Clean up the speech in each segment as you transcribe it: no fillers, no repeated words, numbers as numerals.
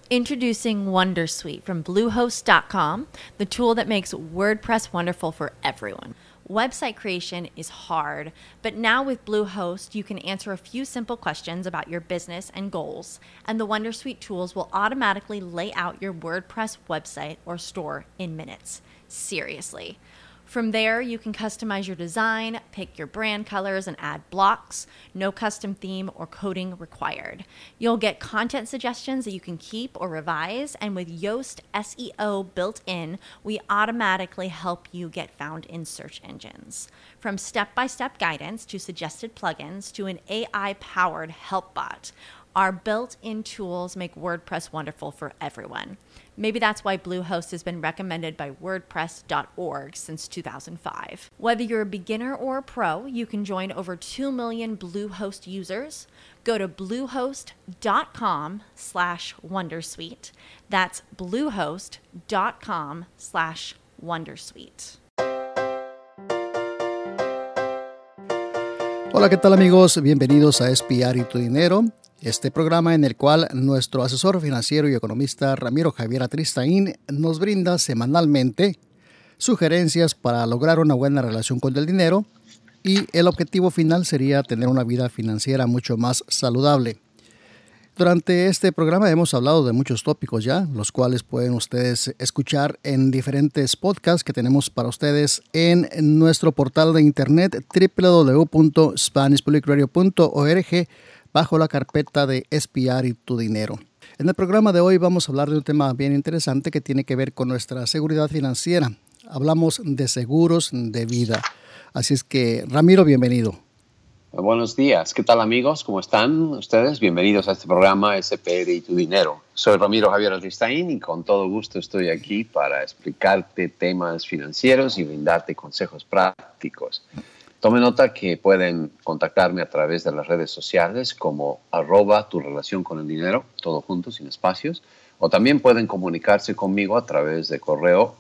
Introducing Wondersuite from Bluehost.com, the tool that makes WordPress wonderful for everyone. Website creation is hard, but now with Bluehost, you can answer a few simple questions about your business and goals, and the Wondersuite tools will automatically lay out your WordPress website or store in minutes. Seriously. From there, you can customize your design, pick your brand colors, and add blocks. No custom theme or coding required. You'll get content suggestions that you can keep or revise, and with Yoast SEO built in, we automatically help you get found in search engines. From step-by-step guidance to suggested plugins to an AI-powered help bot, our built-in tools make WordPress wonderful for everyone. Maybe that's why Bluehost has been recommended by WordPress.org since 2005. Whether you're a beginner or a pro, you can join over 2 million Bluehost users. Go to bluehost.com/wondersuite. That's bluehost.com/wondersuite. Hola, ¿qué tal amigos? Bienvenidos a Espiar y tu Dinero. Este programa en el cual nuestro asesor financiero y economista Ramiro Javier Atristain nos brinda semanalmente sugerencias para lograr una buena relación con el dinero y el objetivo final sería tener una vida financiera mucho más saludable. Durante este programa hemos hablado de muchos tópicos ya, los cuales pueden ustedes escuchar en diferentes podcasts que tenemos para ustedes en nuestro portal de internet www.spanishpublicradio.org bajo la carpeta de Espiar y tu Dinero. En el programa de hoy vamos a hablar de un tema bien interesante que tiene que ver con nuestra seguridad financiera. Hablamos de seguros de vida. Así es que, Ramiro, bienvenido. Buenos días. ¿Qué tal, amigos? ¿Cómo están ustedes? Bienvenidos a este programa SPR y tu Dinero. Soy Ramiro Javier Atristain y con todo gusto estoy aquí para explicarte temas financieros y brindarte consejos prácticos. Tome nota que pueden contactarme a través de las redes sociales como @turelacionconeldinero, todo junto, sin espacios, o también pueden comunicarse conmigo a través de correo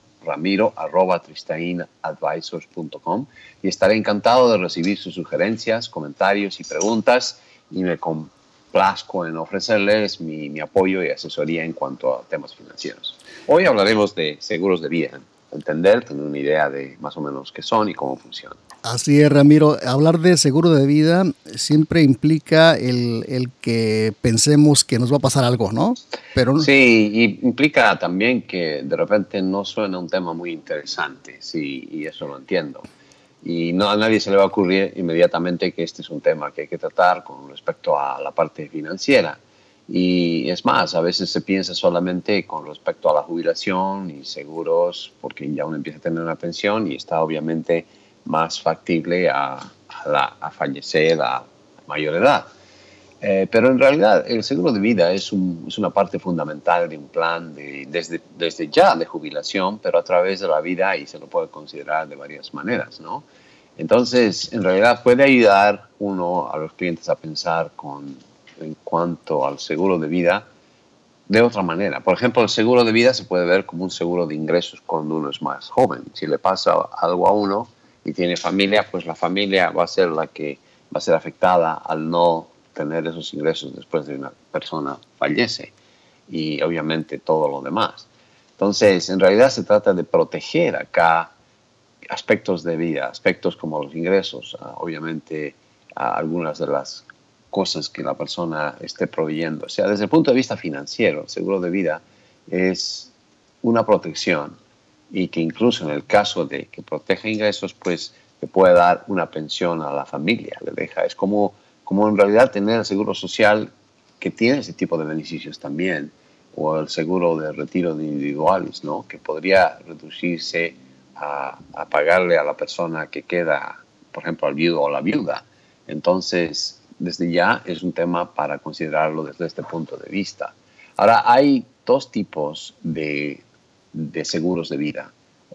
ramiro@tristainadvisors.com y estaré encantado de recibir sus sugerencias, comentarios y preguntas y me complazco en ofrecerles mi apoyo y asesoría en cuanto a temas financieros. Hoy hablaremos de seguros de vida. Tener una idea de más o menos qué son y cómo funcionan. Así es, Ramiro. Hablar de seguro de vida siempre implica el que pensemos que nos va a pasar algo, ¿no? Pero sí, y implica también que de repente no suena un tema muy interesante, sí, y eso lo entiendo. Y no, a nadie se le va a ocurrir inmediatamente que este es un tema que hay que tratar con respecto a la parte financiera. Y es más, a veces se piensa solamente con respecto a la jubilación y seguros, porque ya uno empieza a tener una pensión y está obviamente más factible a fallecer a mayor edad. Pero en realidad el seguro de vida es una parte fundamental de un plan desde ya de jubilación, pero a través de la vida y se lo puede considerar de varias maneras, ¿no? Entonces, en realidad puede ayudar uno a los clientes a pensar en cuanto al seguro de vida de otra manera. Por ejemplo, el seguro de vida se puede ver como un seguro de ingresos cuando uno es más joven. Si le pasa algo a uno y tiene familia, pues la familia va a ser la que va a ser afectada al no tener esos ingresos después de una persona fallece y obviamente todo lo demás. Entonces, en realidad se trata de proteger acá aspectos de vida, aspectos como los ingresos, obviamente algunas de las cosas que la persona esté proveyendo. O sea, desde el punto de vista financiero, el seguro de vida es una protección y que incluso en el caso de que proteja ingresos, pues le puede dar una pensión a la familia. Es como en realidad tener el seguro social que tiene ese tipo de beneficios también, o el seguro de retiro de individuales, ¿no? Que podría reducirse a pagarle a la persona que queda, por ejemplo, al viudo o la viuda. Entonces, desde ya es un tema para considerarlo desde este punto de vista. Ahora, hay dos tipos de seguros de vida.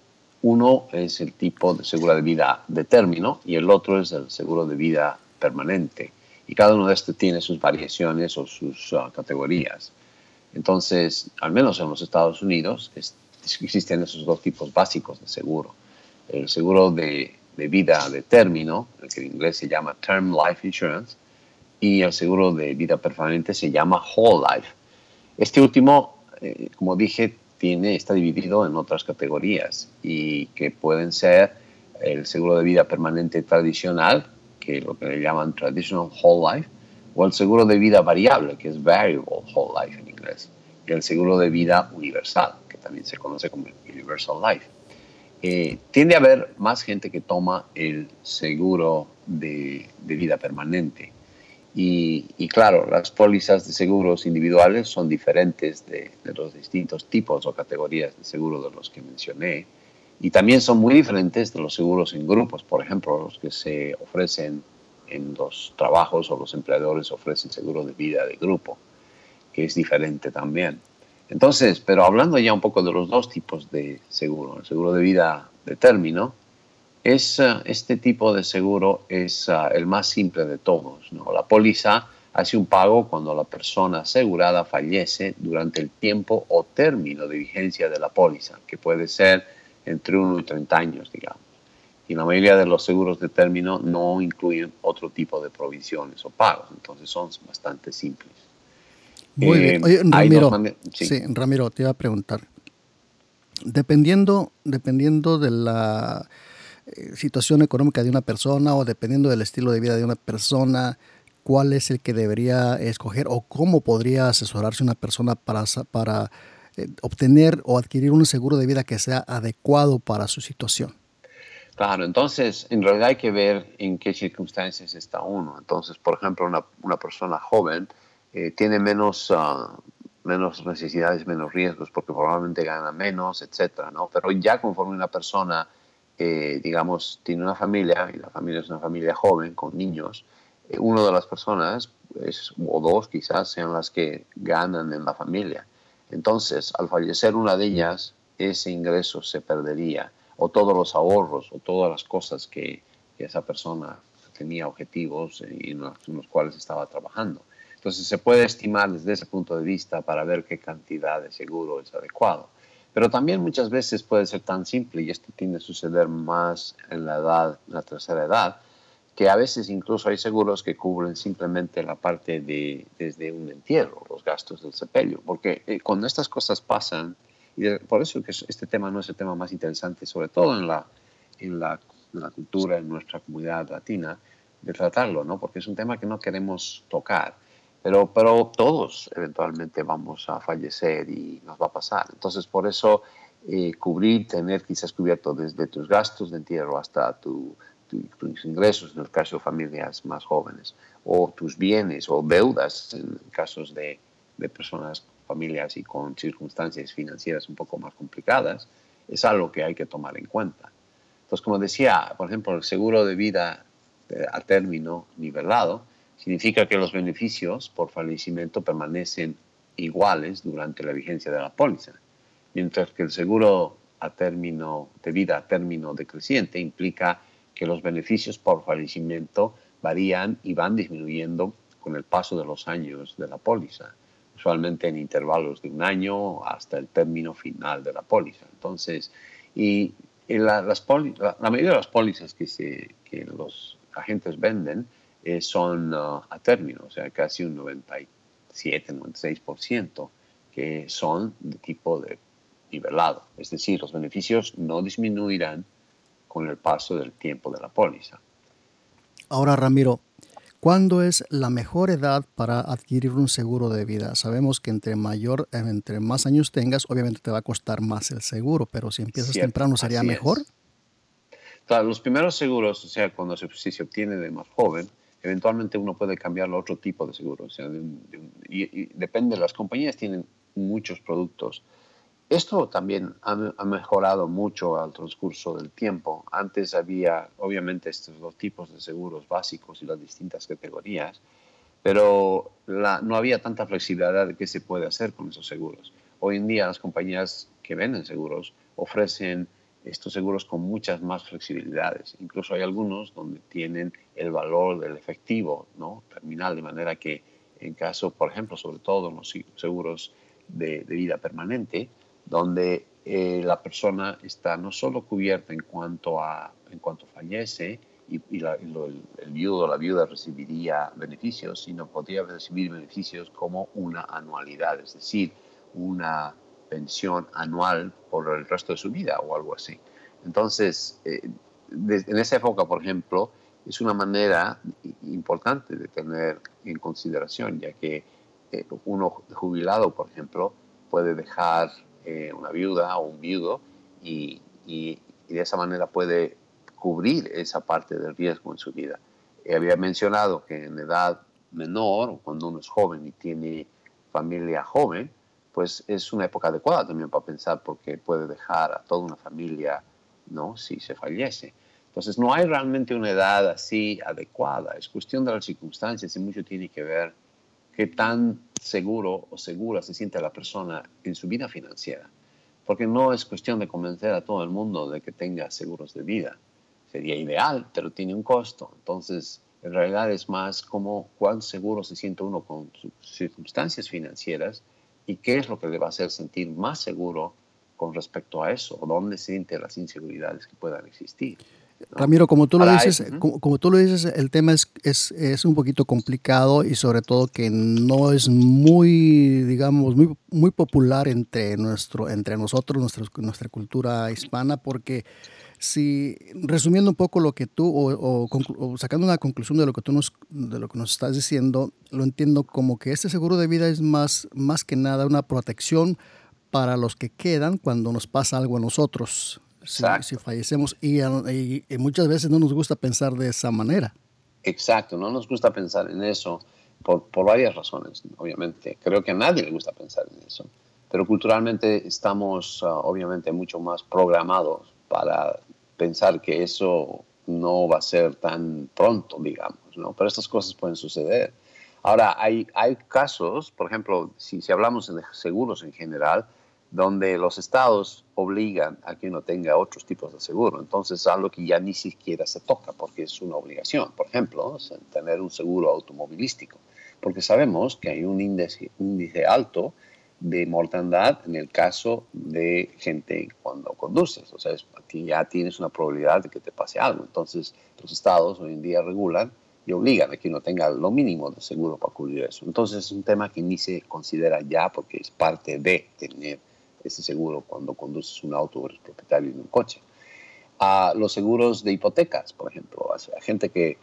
Uno es el tipo de seguro de vida de término y el otro es el seguro de vida permanente. Y cada uno de estos tiene sus variaciones o sus categorías. Entonces, al menos en los Estados Unidos, existen esos dos tipos básicos de seguro. El seguro de vida de término, el que en inglés se llama Term Life Insurance, y el seguro de vida permanente se llama Whole Life. Este último como dije, está dividido en otras categorías y que pueden ser el seguro de vida permanente tradicional, que es lo que le llaman traditional whole life, o el seguro de vida variable, que es variable whole life en inglés, y el seguro de vida universal, que también se conoce como universal life. Tiende a haber más gente que toma el seguro de vida permanente. Y claro, las pólizas de seguros individuales son diferentes de los distintos tipos o categorías de seguro de los que mencioné. Y también son muy diferentes de los seguros en grupos, por ejemplo, los que se ofrecen en los trabajos o los empleadores ofrecen seguro de vida de grupo, que es diferente también. Entonces, pero hablando ya un poco de los dos tipos de seguro, el seguro de vida de término, este tipo de seguro es el más simple de todos, ¿no? La póliza hace un pago cuando la persona asegurada fallece durante el tiempo o término de vigencia de la póliza, que puede ser entre 1 y 30 años, digamos. Y la mayoría de los seguros de término no incluyen otro tipo de provisiones o pagos, entonces son bastante simples. Muy bien. Oye, Hay dos Ramiro, maneras. Sí. sí, Ramiro, te iba a preguntar. Dependiendo de la situación económica de una persona o dependiendo del estilo de vida de una persona, ¿cuál es el que debería escoger o cómo podría asesorarse una persona para obtener o adquirir un seguro de vida que sea adecuado para su situación? Claro, entonces en realidad hay que ver en qué circunstancias está uno. Entonces, por ejemplo, una persona joven tiene menos necesidades, menos riesgos, porque probablemente gana menos, etcétera, ¿no? Pero ya conforme una persona, digamos, tiene una familia, y la familia es una familia joven, con niños, una de las personas, o dos quizás, sean las que ganan en la familia. Entonces, al fallecer una de ellas, ese ingreso se perdería, o todos los ahorros, o todas las cosas que esa persona tenía objetivos y en los cuales estaba trabajando. Entonces se puede estimar desde ese punto de vista para ver qué cantidad de seguro es adecuado. Pero también muchas veces puede ser tan simple, y esto tiende a suceder más en en la tercera edad, que a veces incluso hay seguros que cubren simplemente la parte desde un entierro, los gastos del sepelio, porque cuando estas cosas pasan, por eso que este tema no es el tema más interesante, sobre todo en la cultura, en nuestra comunidad latina, de tratarlo, ¿no? Porque es un tema que no queremos tocar. Pero todos eventualmente vamos a fallecer y nos va a pasar. Entonces, por eso tener quizás cubierto desde tus gastos de entierro hasta tus ingresos, en el caso de familias más jóvenes, o tus bienes o deudas, en casos de personas, familias y con circunstancias financieras un poco más complicadas, es algo que hay que tomar en cuenta. Entonces, como decía, por ejemplo, el seguro de vida a término nivelado significa que los beneficios por fallecimiento permanecen iguales durante la vigencia de la póliza, mientras que el seguro de vida a término decreciente implica que los beneficios por fallecimiento varían y van disminuyendo con el paso de los años de la póliza, usualmente en intervalos de un año hasta el término final de la póliza. Entonces, la mayoría de las pólizas que los agentes venden son a término, o sea, casi un 97, 96% que son de tipo de nivelado. Es decir, los beneficios no disminuirán con el paso del tiempo de la póliza. Ahora, Ramiro, ¿cuándo es la mejor edad para adquirir un seguro de vida? Sabemos que entre más años tengas, obviamente te va a costar más el seguro, pero si empiezas Cierto, temprano, ¿sería así mejor? es. Claro, los primeros seguros, o sea, si se obtiene de más joven, eventualmente uno puede cambiarlo a otro tipo de seguro. O sea, y depende, las compañías tienen muchos productos. Esto también ha mejorado mucho al transcurso del tiempo. Antes había, obviamente, estos dos tipos de seguros básicos y las distintas categorías, pero no había tanta flexibilidad de qué se puede hacer con esos seguros. Hoy en día las compañías que venden seguros ofrecen estos seguros con muchas más flexibilidades. Incluso hay algunos donde tienen el valor del efectivo, ¿no?, terminal, de manera que en caso, por ejemplo, sobre todo en los seguros de vida permanente, donde la persona está no solo cubierta en cuanto fallece, el viudo o la viuda recibiría beneficios, sino podría recibir beneficios como una anualidad, es decir, una pensión anual por el resto de su vida o algo así. Entonces, en esa época, por ejemplo, es una manera importante de tener en consideración, ya que uno jubilado, por ejemplo, puede dejar una viuda o un viudo y de esa manera puede cubrir esa parte del riesgo en su vida. Había mencionado que en edad menor, o cuando uno es joven y tiene familia joven, pues es una época adecuada también para pensar, porque puede dejar a toda una familia, ¿no?, si se fallece. Entonces no hay realmente una edad así adecuada, es cuestión de las circunstancias y mucho tiene que ver qué tan seguro o segura se siente la persona en su vida financiera. Porque no es cuestión de convencer a todo el mundo de que tenga seguros de vida. Sería ideal, pero tiene un costo. Entonces, en realidad es más como cuán seguro se siente uno con sus circunstancias financieras y qué es lo que le va a hacer sentir más seguro con respecto a eso, o dónde siente las inseguridades que puedan existir, ¿no? Ramiro, como tú lo dices, uh-huh. como tú lo dices, el tema es un poquito complicado y sobre todo que no es muy, digamos, muy popular entre nosotros, nuestra cultura hispana, porque si, resumiendo un poco lo que tú, o sacando una conclusión de lo que nos estás diciendo, lo entiendo como que este seguro de vida es más que nada una protección para los que quedan cuando nos pasa algo a nosotros. Si fallecemos y muchas veces no nos gusta pensar de esa manera. Exacto, no nos gusta pensar en eso por varias razones, obviamente. Creo que a nadie le gusta pensar en eso, pero culturalmente estamos obviamente mucho más programados para pensar que eso no va a ser tan pronto, digamos, ¿no? Pero estas cosas pueden suceder. Ahora, hay casos, por ejemplo, si hablamos de seguros en general, donde los estados obligan a que uno tenga otros tipos de seguro. Entonces es algo que ya ni siquiera se toca porque es una obligación. Por ejemplo, tener un seguro automovilístico, porque sabemos que hay un índice alto de mortandad en el caso de gente cuando conduces. O sea, ya tienes una probabilidad de que te pase algo. Entonces los estados hoy en día regulan y obligan a que uno tenga lo mínimo de seguro para cubrir eso. Entonces es un tema que ni se considera ya porque es parte de tener ese seguro cuando conduces un auto o eres propietario de un coche. Los seguros de hipotecas, por ejemplo, a gente que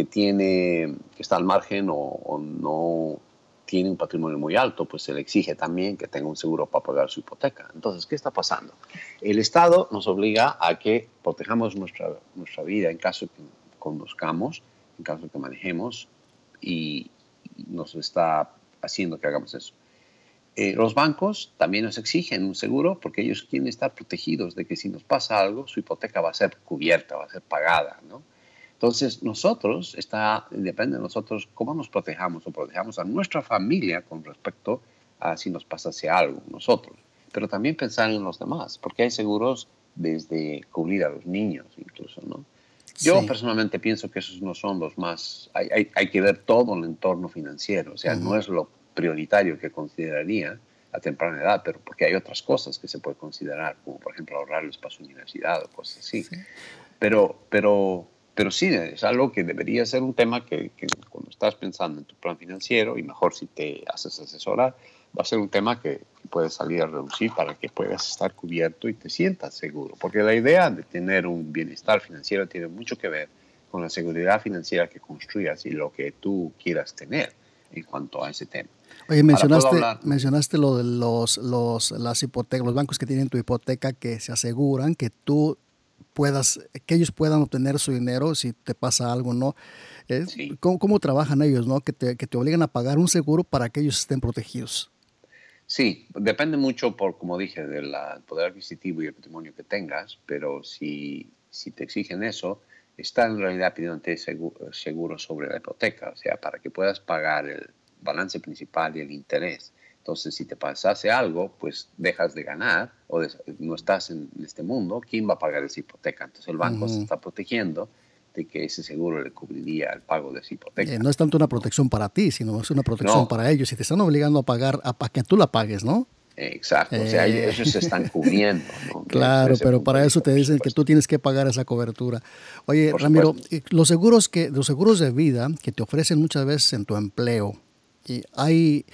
está al margen o no tiene un patrimonio muy alto, pues se le exige también que tenga un seguro para pagar su hipoteca. Entonces, ¿qué está pasando? El Estado nos obliga a que protejamos nuestra vida en caso que conduzcamos, en caso que manejemos, y nos está haciendo que hagamos eso. Los bancos también nos exigen un seguro porque ellos quieren estar protegidos de que si nos pasa algo, su hipoteca va a ser cubierta, va a ser pagada, ¿no? Entonces, depende de nosotros cómo nos protejamos o protejamos a nuestra familia con respecto a si nos pasase algo nosotros. Pero también pensar en los demás, porque hay seguros desde cubrir a los niños incluso, ¿no? Sí. Yo personalmente pienso que esos no son los más... Hay que ver todo el entorno financiero, o sea, no es lo prioritario que consideraría a temprana edad, pero porque hay otras cosas que se puede considerar, como por ejemplo ahorrarles para su universidad o cosas así. Sí. Pero sí, es algo que debería ser un tema que cuando estás pensando en tu plan financiero, y mejor si te haces asesorar, va a ser un tema que puedes salir a reducir para que puedas estar cubierto y te sientas seguro. Porque la idea de tener un bienestar financiero tiene mucho que ver con la seguridad financiera que construyas y lo que tú quieras tener en cuanto a ese tema. Oye, mencionaste lo de las hipotecas, los bancos que tienen tu hipoteca que se aseguran que que ellos puedan obtener su dinero si te pasa algo, ¿no? Sí. ¿Cómo trabajan ellos, no? Que te obligan a pagar un seguro para que ellos estén protegidos. Sí, depende mucho, como dije, del poder adquisitivo y el patrimonio que tengas, pero si te exigen eso, están en realidad pidiéndote seguro sobre la hipoteca, o sea, para que puedas pagar el balance principal y el interés. Entonces, si te pasase algo, pues dejas de ganar o no estás en este mundo, ¿quién va a pagar esa hipoteca? Entonces, el banco se está protegiendo de que ese seguro le cubriría el pago de esa hipoteca. No es tanto una protección para ti, sino es una protección para ellos. Y te están obligando a pagar, para que tú la pagues, ¿no? Exacto, o sea, ellos se están cubriendo, ¿no? Claro, pero para eso te dicen que tú tienes que pagar esa cobertura. Oye, Ramiro, los seguros de vida que te ofrecen muchas veces en tu empleo, y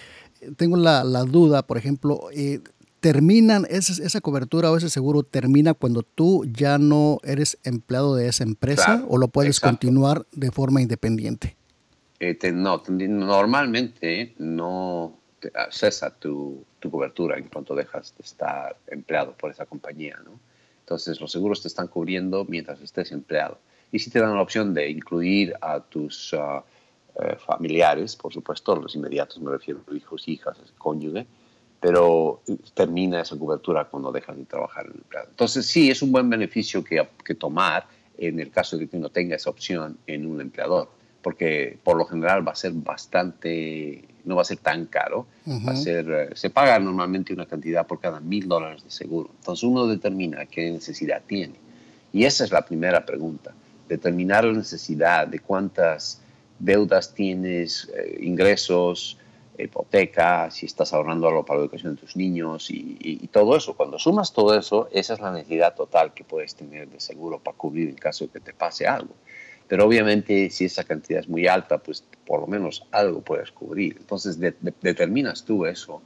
tengo la duda, por ejemplo, terminan esa cobertura o ese seguro termina cuando tú ya no eres empleado de esa empresa Claro, o lo puedes exacto. continuar de forma independiente. No, normalmente no cesa tu cobertura en cuanto dejas de estar empleado por esa compañía, ¿no? Entonces, los seguros te están cubriendo mientras estés empleado. Y si te dan la opción de incluir a tus familiares, por supuesto, los inmediatos, me refiero a hijos, hijas, cónyuge, pero termina esa cobertura cuando dejas de trabajar en el empleado. Entonces, sí, es un buen beneficio que tomar en el caso de que uno tenga esa opción en un empleador, porque por lo general va a ser no va a ser tan caro, va a Ujú. ser, se paga normalmente una cantidad por cada $1,000 de seguro. Entonces uno determina qué necesidad tiene. Y esa es la primera pregunta, determinar la necesidad de cuántas deudas tienes, ingresos, hipoteca, si estás ahorrando algo para la educación de tus niños y todo eso. Cuando sumas todo eso, esa es la necesidad total que puedes tener de seguro para cubrir en caso de que te pase algo. Pero obviamente si esa cantidad es muy alta, pues por lo menos algo puedes cubrir. Entonces determinas tú eso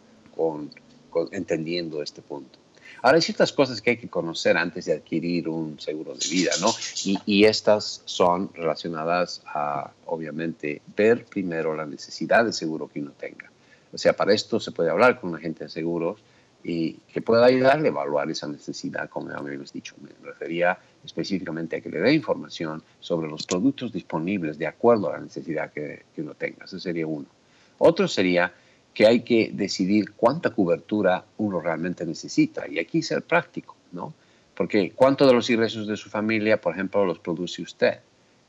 entendiendo este punto. Ahora hay ciertas cosas que hay que conocer antes de adquirir un seguro de vida, ¿no? Y estas son relacionadas a, obviamente, ver primero la necesidad de seguro que uno tenga. O sea, para esto se puede hablar con un agente de seguros y que pueda ayudarle a evaluar esa necesidad, como habíamos dicho. Me refería específicamente a que le dé información sobre los productos disponibles de acuerdo a la necesidad que uno tenga. Ese sería uno. Otro sería que hay que decidir cuánta cobertura uno realmente necesita. Y aquí ser práctico, ¿no? Porque cuánto de los ingresos de su familia, por ejemplo, los produce usted.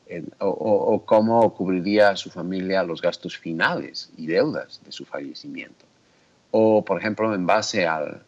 O cómo cubriría a su familia los gastos finales y deudas de su fallecimiento. O, por ejemplo, en base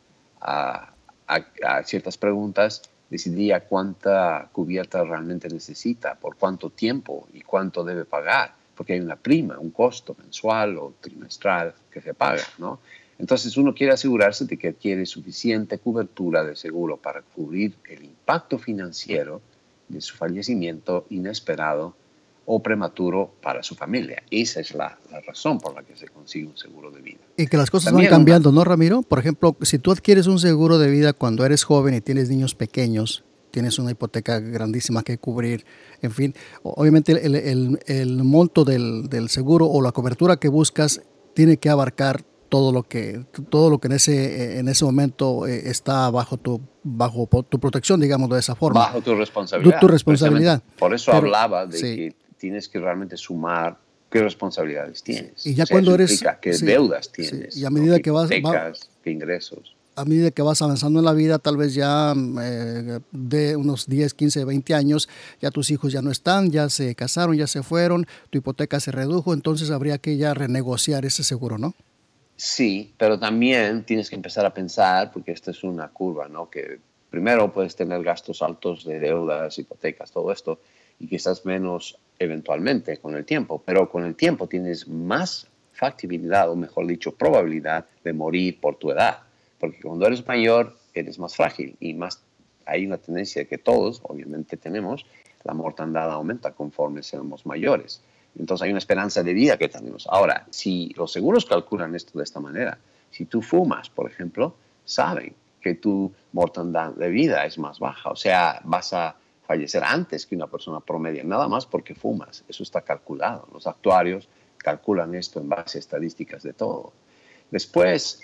a ciertas preguntas, decidiría cuánta cubierta realmente necesita, por cuánto tiempo y cuánto debe pagar, porque hay una prima, un costo mensual o trimestral que se paga, ¿no? Entonces uno quiere asegurarse de que adquiere suficiente cobertura de seguro para cubrir el impacto financiero de su fallecimiento inesperado o prematuro para su familia. Esa es la razón por la que se consigue un seguro de vida. Y que las cosas van También una, cambiando, ¿no, Ramiro? Por ejemplo, si tú adquieres un seguro de vida cuando eres joven y tienes niños pequeños, tienes una hipoteca grandísima que cubrir, en fin, obviamente el monto del seguro o la cobertura que buscas tiene que abarcar todo lo que en ese momento está bajo tu protección, digámoslo de esa forma, bajo tu tu responsabilidad, precisamente. responsabilidad. Por eso Pero hablaba de sí, que tienes que realmente sumar qué responsabilidades sí. tienes. Y O ya sea, eso cuando eres, implica qué sí, deudas sí, y tienes, ¿no? Qué hipotecas, qué ingresos. a medida que vas avanzando en la vida, tal vez ya de unos 10, 15, 20 años, ya tus hijos ya no están, ya se casaron, ya se fueron, tu hipoteca se redujo, entonces habría que ya renegociar ese seguro, ¿no? Sí, pero también tienes que empezar a pensar, porque esta es una curva, ¿no? Que primero puedes tener gastos altos de deudas, hipotecas, todo esto, y quizás menos eventualmente con el tiempo, pero con el tiempo tienes más factibilidad, o mejor dicho, probabilidad de morir por tu edad, porque cuando eres mayor eres más frágil y más hay una tendencia que todos, obviamente, tenemos, la mortandad aumenta conforme seamos mayores. Entonces hay una esperanza de vida que tenemos. Ahora, si los seguros calculan esto de esta manera, si tú fumas, por ejemplo, saben que tu mortandad de vida es más baja. O sea, vas a fallecer antes que una persona promedio, nada más porque fumas. Eso está calculado. Los actuarios calculan esto en base a estadísticas de todo. Después,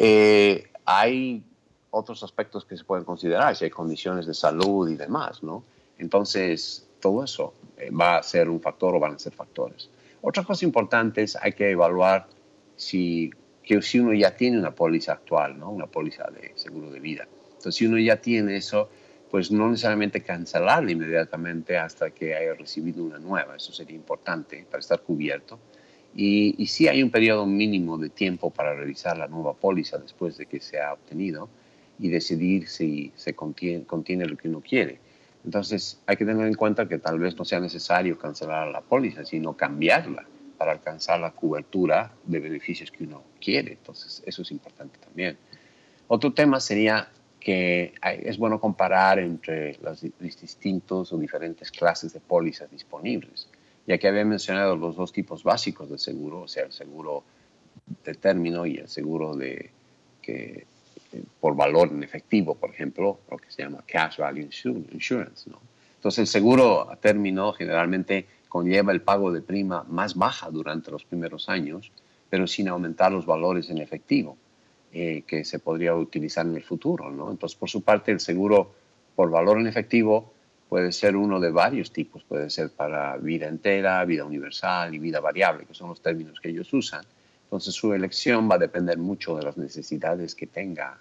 hay otros aspectos que se pueden considerar, si hay condiciones de salud y demás, ¿no? Entonces, todo eso va a ser un factor o van a ser factores. Otra cosa importante es hay que evaluar si uno ya tiene una póliza actual, ¿no? Una póliza de seguro de vida. Entonces, si uno ya tiene eso, pues no necesariamente cancelarla inmediatamente hasta que haya recibido una nueva. Eso sería importante para estar cubierto. Y sí hay un periodo mínimo de tiempo para revisar la nueva póliza después de que se ha obtenido y decidir si se contiene lo que uno quiere. Entonces hay que tener en cuenta que tal vez no sea necesario cancelar la póliza, sino cambiarla para alcanzar la cobertura de beneficios que uno quiere. Entonces eso es importante también. Otro tema sería que es bueno comparar entre los distintos o diferentes clases de pólizas disponibles, ya que había mencionado los dos tipos básicos de seguro, o sea, el seguro de término y el seguro por valor en efectivo, por ejemplo, lo que se llama cash value insurance, ¿no? Entonces, el seguro a término generalmente conlleva el pago de prima más baja durante los primeros años, pero sin aumentar los valores en efectivo que se podría utilizar en el futuro, ¿no? Entonces, por su parte, el seguro por valor en efectivo puede ser uno de varios tipos. Puede ser para vida entera, vida universal y vida variable, que son los términos que ellos usan. Entonces, su elección va a depender mucho de las necesidades que tenga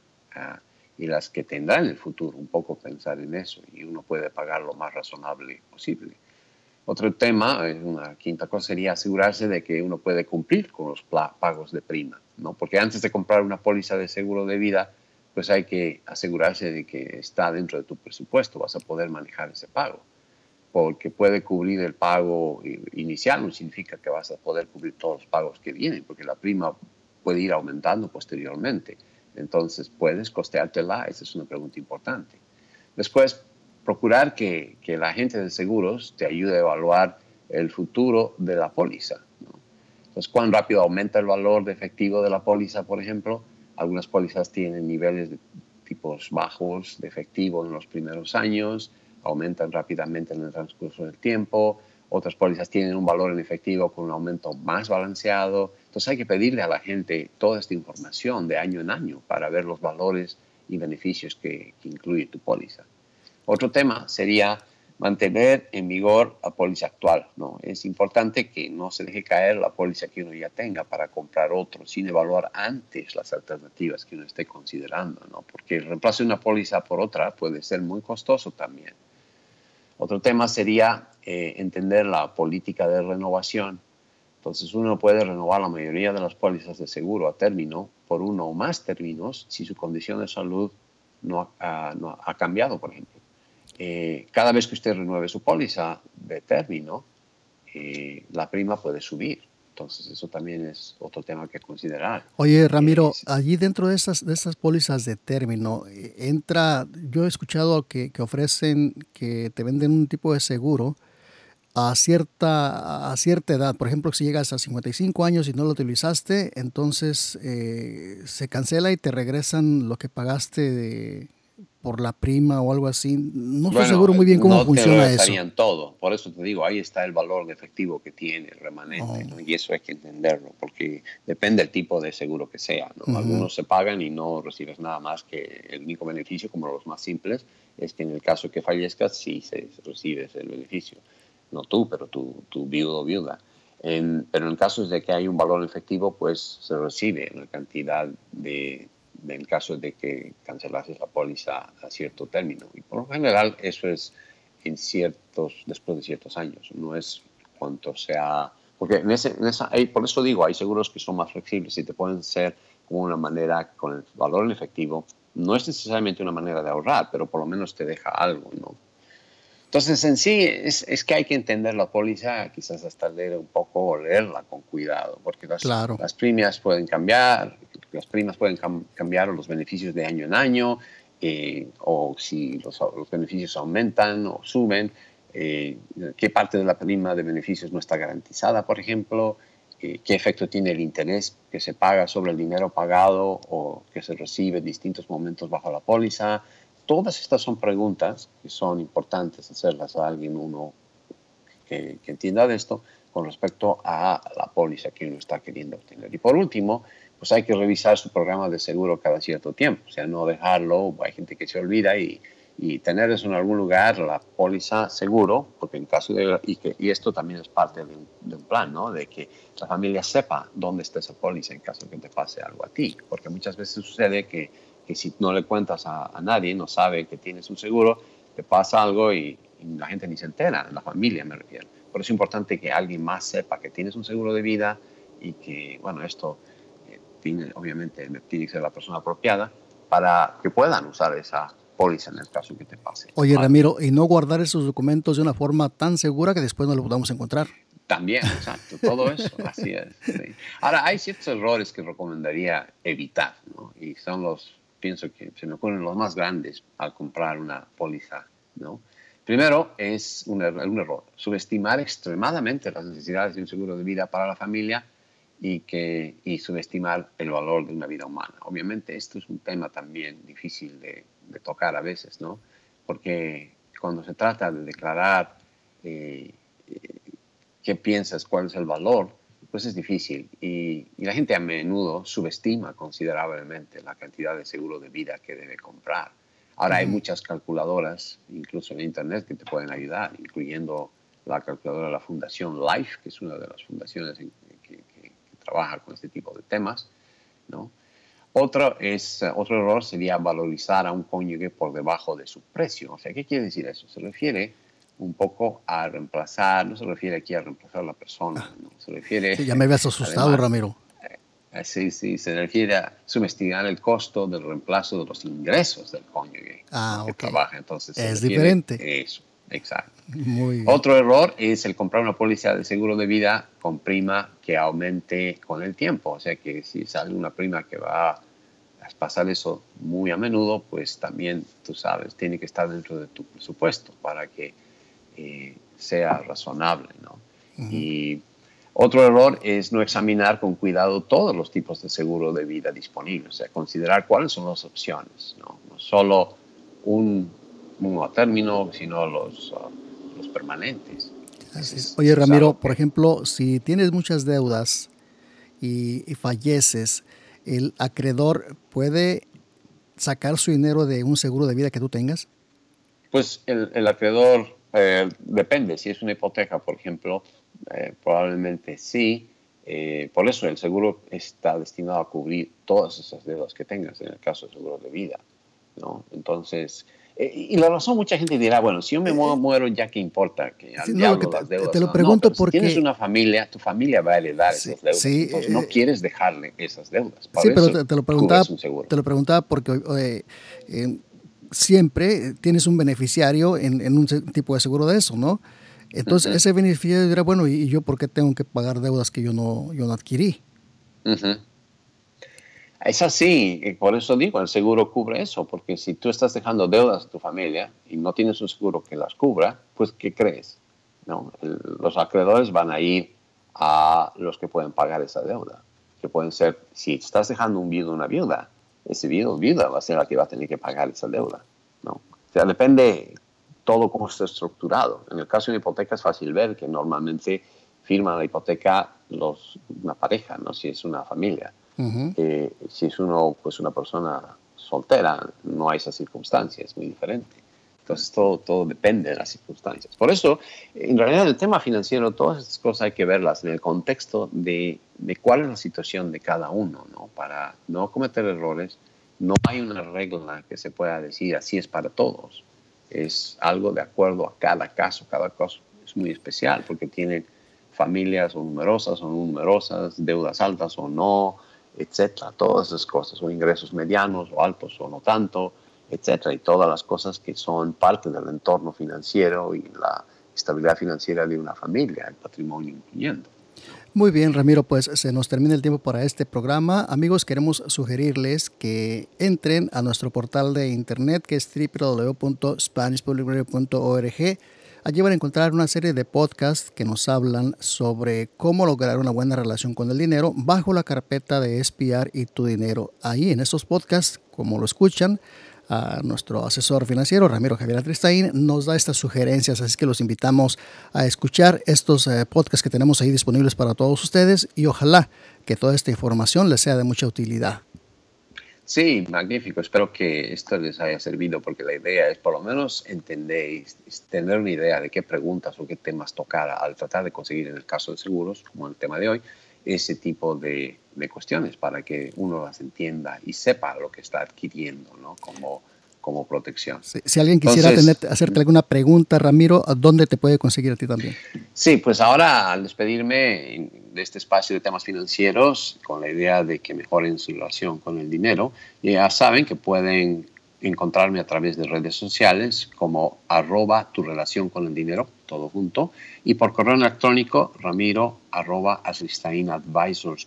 y las que tendrá en el futuro. Un poco pensar en eso, y uno puede pagar lo más razonable posible. Otro tema, una quinta cosa, sería asegurarse de que uno puede cumplir con los pagos de prima, ¿no? Porque antes de comprar una póliza de seguro de vida, pues hay que asegurarse de que está dentro de tu presupuesto, vas a poder manejar ese pago. Porque puede cubrir el pago inicial, no significa que vas a poder cubrir todos los pagos que vienen, porque la prima puede ir aumentando posteriormente. Entonces, ¿puedes costeártela? Esa es una pregunta importante. Después, procurar que el agente de seguros te ayude a evaluar el futuro de la póliza, ¿no? Entonces, ¿cuán rápido aumenta el valor de efectivo de la póliza, por ejemplo? Algunas pólizas tienen niveles de tipos bajos de efectivo en los primeros años, aumentan rápidamente en el transcurso del tiempo. Otras pólizas tienen un valor en efectivo con un aumento más balanceado. Entonces, hay que pedirle a la gente toda esta información de año en año para ver los valores y beneficios que incluye tu póliza. Otro tema sería mantener en vigor la póliza actual, ¿no? Es importante que no se deje caer la póliza que uno ya tenga para comprar otro, sin evaluar antes las alternativas que uno esté considerando, ¿no? Porque el reemplazo de una póliza por otra puede ser muy costoso también. Otro tema sería entender la política de renovación. Entonces, uno puede renovar la mayoría de las pólizas de seguro a término por uno o más términos si su condición de salud no ha cambiado, por ejemplo. Cada vez que usted renueve su póliza de término, la prima puede subir. Entonces, eso también es otro tema que considerar. Oye, Ramiro, allí dentro de estas pólizas de término, yo he escuchado que ofrecen, que te venden un tipo de seguro a cierta edad. Por ejemplo, si llegas a 55 años y no lo utilizaste, entonces se cancela y te regresan lo que pagaste por la prima o algo así. No estoy seguro muy bien cómo funciona no te eso. regresarían todo. Por eso te digo, ahí está el valor de efectivo que tiene el remanente, ¿no? Y eso hay que entenderlo, porque depende del tipo de seguro que sea, ¿no? Algunos se pagan y no recibes nada más, que el único beneficio, como los más simples, es que en el caso que fallezcas, sí recibes el beneficio. No tú, pero tu viudo o viuda. Pero en casos de que hay un valor efectivo, pues se recibe una cantidad en caso de que cancelases la póliza a cierto término. Y por lo general eso es después de ciertos años. No es cuánto sea... Porque por eso digo, hay seguros que son más flexibles y te pueden ser como una manera, con el valor en efectivo, no es necesariamente una manera de ahorrar, pero por lo menos te deja algo, ¿no? Entonces, en sí, es que hay que entender la póliza, quizás hasta leer un poco o leerla con cuidado, porque Claro. las primas pueden cambiar, cambiar los beneficios de año en año, o si los beneficios aumentan o suben, qué parte de la prima de beneficios no está garantizada, por ejemplo, qué efecto tiene el interés que se paga sobre el dinero pagado o que se recibe en distintos momentos bajo la póliza. Todas estas son preguntas que son importantes hacerlas a alguien que entienda de esto con respecto a la póliza que uno está queriendo obtener. Y por último, pues hay que revisar su programa de seguro cada cierto tiempo, o sea, no dejarlo. Hay gente que se olvida y tener eso en algún lugar, la póliza seguro, porque en caso de... Y esto también es parte de un plan, ¿no? De que la familia sepa dónde está esa póliza en caso de que te pase algo a ti, porque muchas veces sucede que si no le cuentas a nadie, no sabe que tienes un seguro, te pasa algo y la gente ni se entera, la familia me refiero. Por eso es importante que alguien más sepa que tienes un seguro de vida y que, bueno, esto obviamente tiene que ser la persona apropiada para que puedan usar esa póliza en el caso que te pase. Oye, Ramiro, y no guardar esos documentos de una forma tan segura que después no los podamos encontrar. También, exacto, todo eso, así es. Sí. Ahora, hay ciertos errores que recomendaría evitar, ¿no? Y pienso que se me ocurren los más grandes al comprar una póliza, ¿no? Primero, es un error, subestimar extremadamente las necesidades de un seguro de vida para la familia y subestimar el valor de una vida humana. Obviamente esto es un tema también difícil de tocar a veces, ¿no? Porque cuando se trata de declarar qué piensas, cuál es el valor, pues es difícil. Y la gente a menudo subestima considerablemente la cantidad de seguro de vida que debe comprar. Ahora hay muchas calculadoras, incluso en Internet, que te pueden ayudar, incluyendo la calculadora de la Fundación Life, que es una de las fundaciones que trabaja con este tipo de temas, ¿no? Otro error sería valorizar a un cónyuge por debajo de su precio. O sea, ¿qué quiere decir eso? Se refiere un poco a reemplazar, no se refiere aquí a reemplazar a la persona, ¿no? Se refiere... Sí, ya me habías asustado, además, Ramiro. Sí, se refiere a subestimar el costo del reemplazo de los ingresos del cónyuge, ¿no? Que trabaja. Entonces, es diferente. Eso, exacto. Muy bien. Otro error es el comprar una póliza de seguro de vida con prima que aumente con el tiempo. O sea que si sale una prima que va a pasar eso muy a menudo, pues también, tú sabes, tiene que estar dentro de tu presupuesto para que sea razonable, ¿no? Y otro error es no examinar con cuidado todos los tipos de seguro de vida disponibles, o sea, considerar cuáles son las opciones, ¿no? No solo un a término, sino los permanentes. Oye, Ramiro, por ejemplo, si tienes muchas deudas y falleces, ¿el acreedor puede sacar su dinero de un seguro de vida que tú tengas? Pues el acreedor depende. Si es una hipoteca, por ejemplo, probablemente sí. Por eso el seguro está destinado a cubrir todas esas deudas que tengas en el caso de seguro de vida, ¿no? Entonces, y la razón, mucha gente dirá, bueno, si yo me muero, ya qué importa, que al diablo las deudas. Te lo pregunto porque... Si tienes una familia, tu familia va a heredar esas deudas. Sí, entonces no quieres dejarle esas deudas. Sí, pero te lo preguntaba porque siempre tienes un beneficiario en un tipo de seguro de eso, ¿no? Entonces ese beneficiario dirá, bueno, ¿y yo por qué tengo que pagar deudas que yo no adquirí? Es así, y por eso digo, el seguro cubre eso, porque si tú estás dejando deudas a tu familia y no tienes un seguro que las cubra, pues ¿qué crees? ¿No? Los acreedores van a ir a los que pueden pagar esa deuda, que pueden ser, si estás dejando un viudo o una viuda, ese viudo o viuda va a ser la que va a tener que pagar esa deuda, ¿no? O sea, depende todo cómo está estructurado. En el caso de una hipoteca es fácil ver que normalmente firman la hipoteca una pareja, ¿no? Si es una familia. Si es pues una persona soltera, no hay esa circunstancia, es muy diferente. Entonces todo depende de las circunstancias. Por eso, en realidad, el tema financiero, todas estas cosas hay que verlas en el contexto de cuál es la situación de cada uno, ¿no? Para no cometer errores. No hay una regla que se pueda decir así es para todos. Es algo de acuerdo a cada caso. Cada caso es muy especial porque tienen familias o numerosas o no numerosas, deudas altas o no, etcétera, todas esas cosas, o ingresos medianos o altos o no tanto, etcétera, y todas las cosas que son parte del entorno financiero y la estabilidad financiera de una familia, el patrimonio incluyendo. Muy bien, Ramiro, pues se nos termina el tiempo para este programa. Amigos, queremos sugerirles que entren a nuestro portal de internet que es www.spanishpublicradio.org. Allí van a encontrar una serie de podcasts que nos hablan sobre cómo lograr una buena relación con el dinero bajo la carpeta de Espiar y tu dinero. Ahí en estos podcasts, como lo escuchan, a nuestro asesor financiero, Ramiro Javier Atristain, nos da estas sugerencias, así que los invitamos a escuchar estos podcasts que tenemos ahí disponibles para todos ustedes y ojalá que toda esta información les sea de mucha utilidad. Sí, magnífico. Espero que esto les haya servido porque la idea es por lo menos entender, tener una idea de qué preguntas o qué temas tocar al tratar de conseguir en el caso de seguros, como el tema de hoy, ese tipo de cuestiones para que uno las entienda y sepa lo que está adquiriendo, ¿no? como protección. Sí, si alguien quisiera hacerte alguna pregunta, Ramiro, ¿a dónde te puede conseguir a ti también? Sí, pues ahora al despedirme de este espacio de temas financieros con la idea de que mejoren su relación con el dinero, ya saben que pueden encontrarme a través de redes sociales como @turelacionconeldinero, todo junto, y por correo electrónico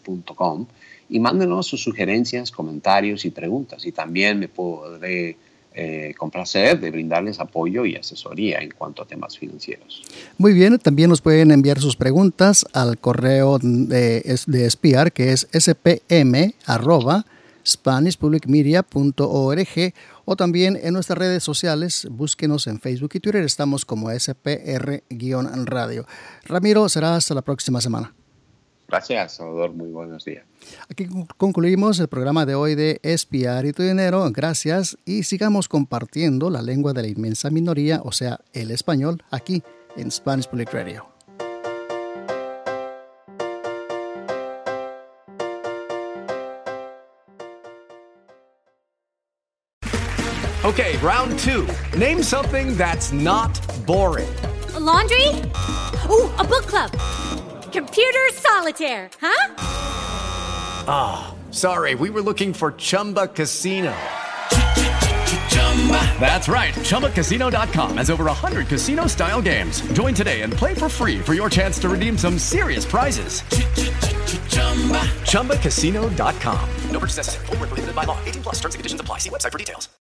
ramiro@atristain.advisors.com y mándenos sus sugerencias, comentarios y preguntas. Y también me podré con placer de brindarles apoyo y asesoría en cuanto a temas financieros. Muy bien, también nos pueden enviar sus preguntas al correo de SPR, que es spm@spanishpublicmedia.org, o también en nuestras redes sociales. Búsquenos en Facebook y Twitter, estamos como SPR-radio. Ramiro, será hasta la próxima semana. Gracias, Salvador. Muy buenos días. Aquí concluimos el programa de hoy de Espiar y tu dinero. Gracias y sigamos compartiendo la lengua de la inmensa minoría, o sea, el español, aquí en Spanish Public Radio. Okay, round two. Name something that's not boring. A laundry? Ooh, a book club. Computer solitaire, huh? Ah, sorry, we were looking for Chumba Casino. That's right, ChumbaCasino.com has over 100 casino-style games. Join today and play for free for your chance to redeem some serious prizes. ChumbaCasino.com. No purchase necessary. Void where prohibited by law. 18+ terms and conditions apply. See website for details.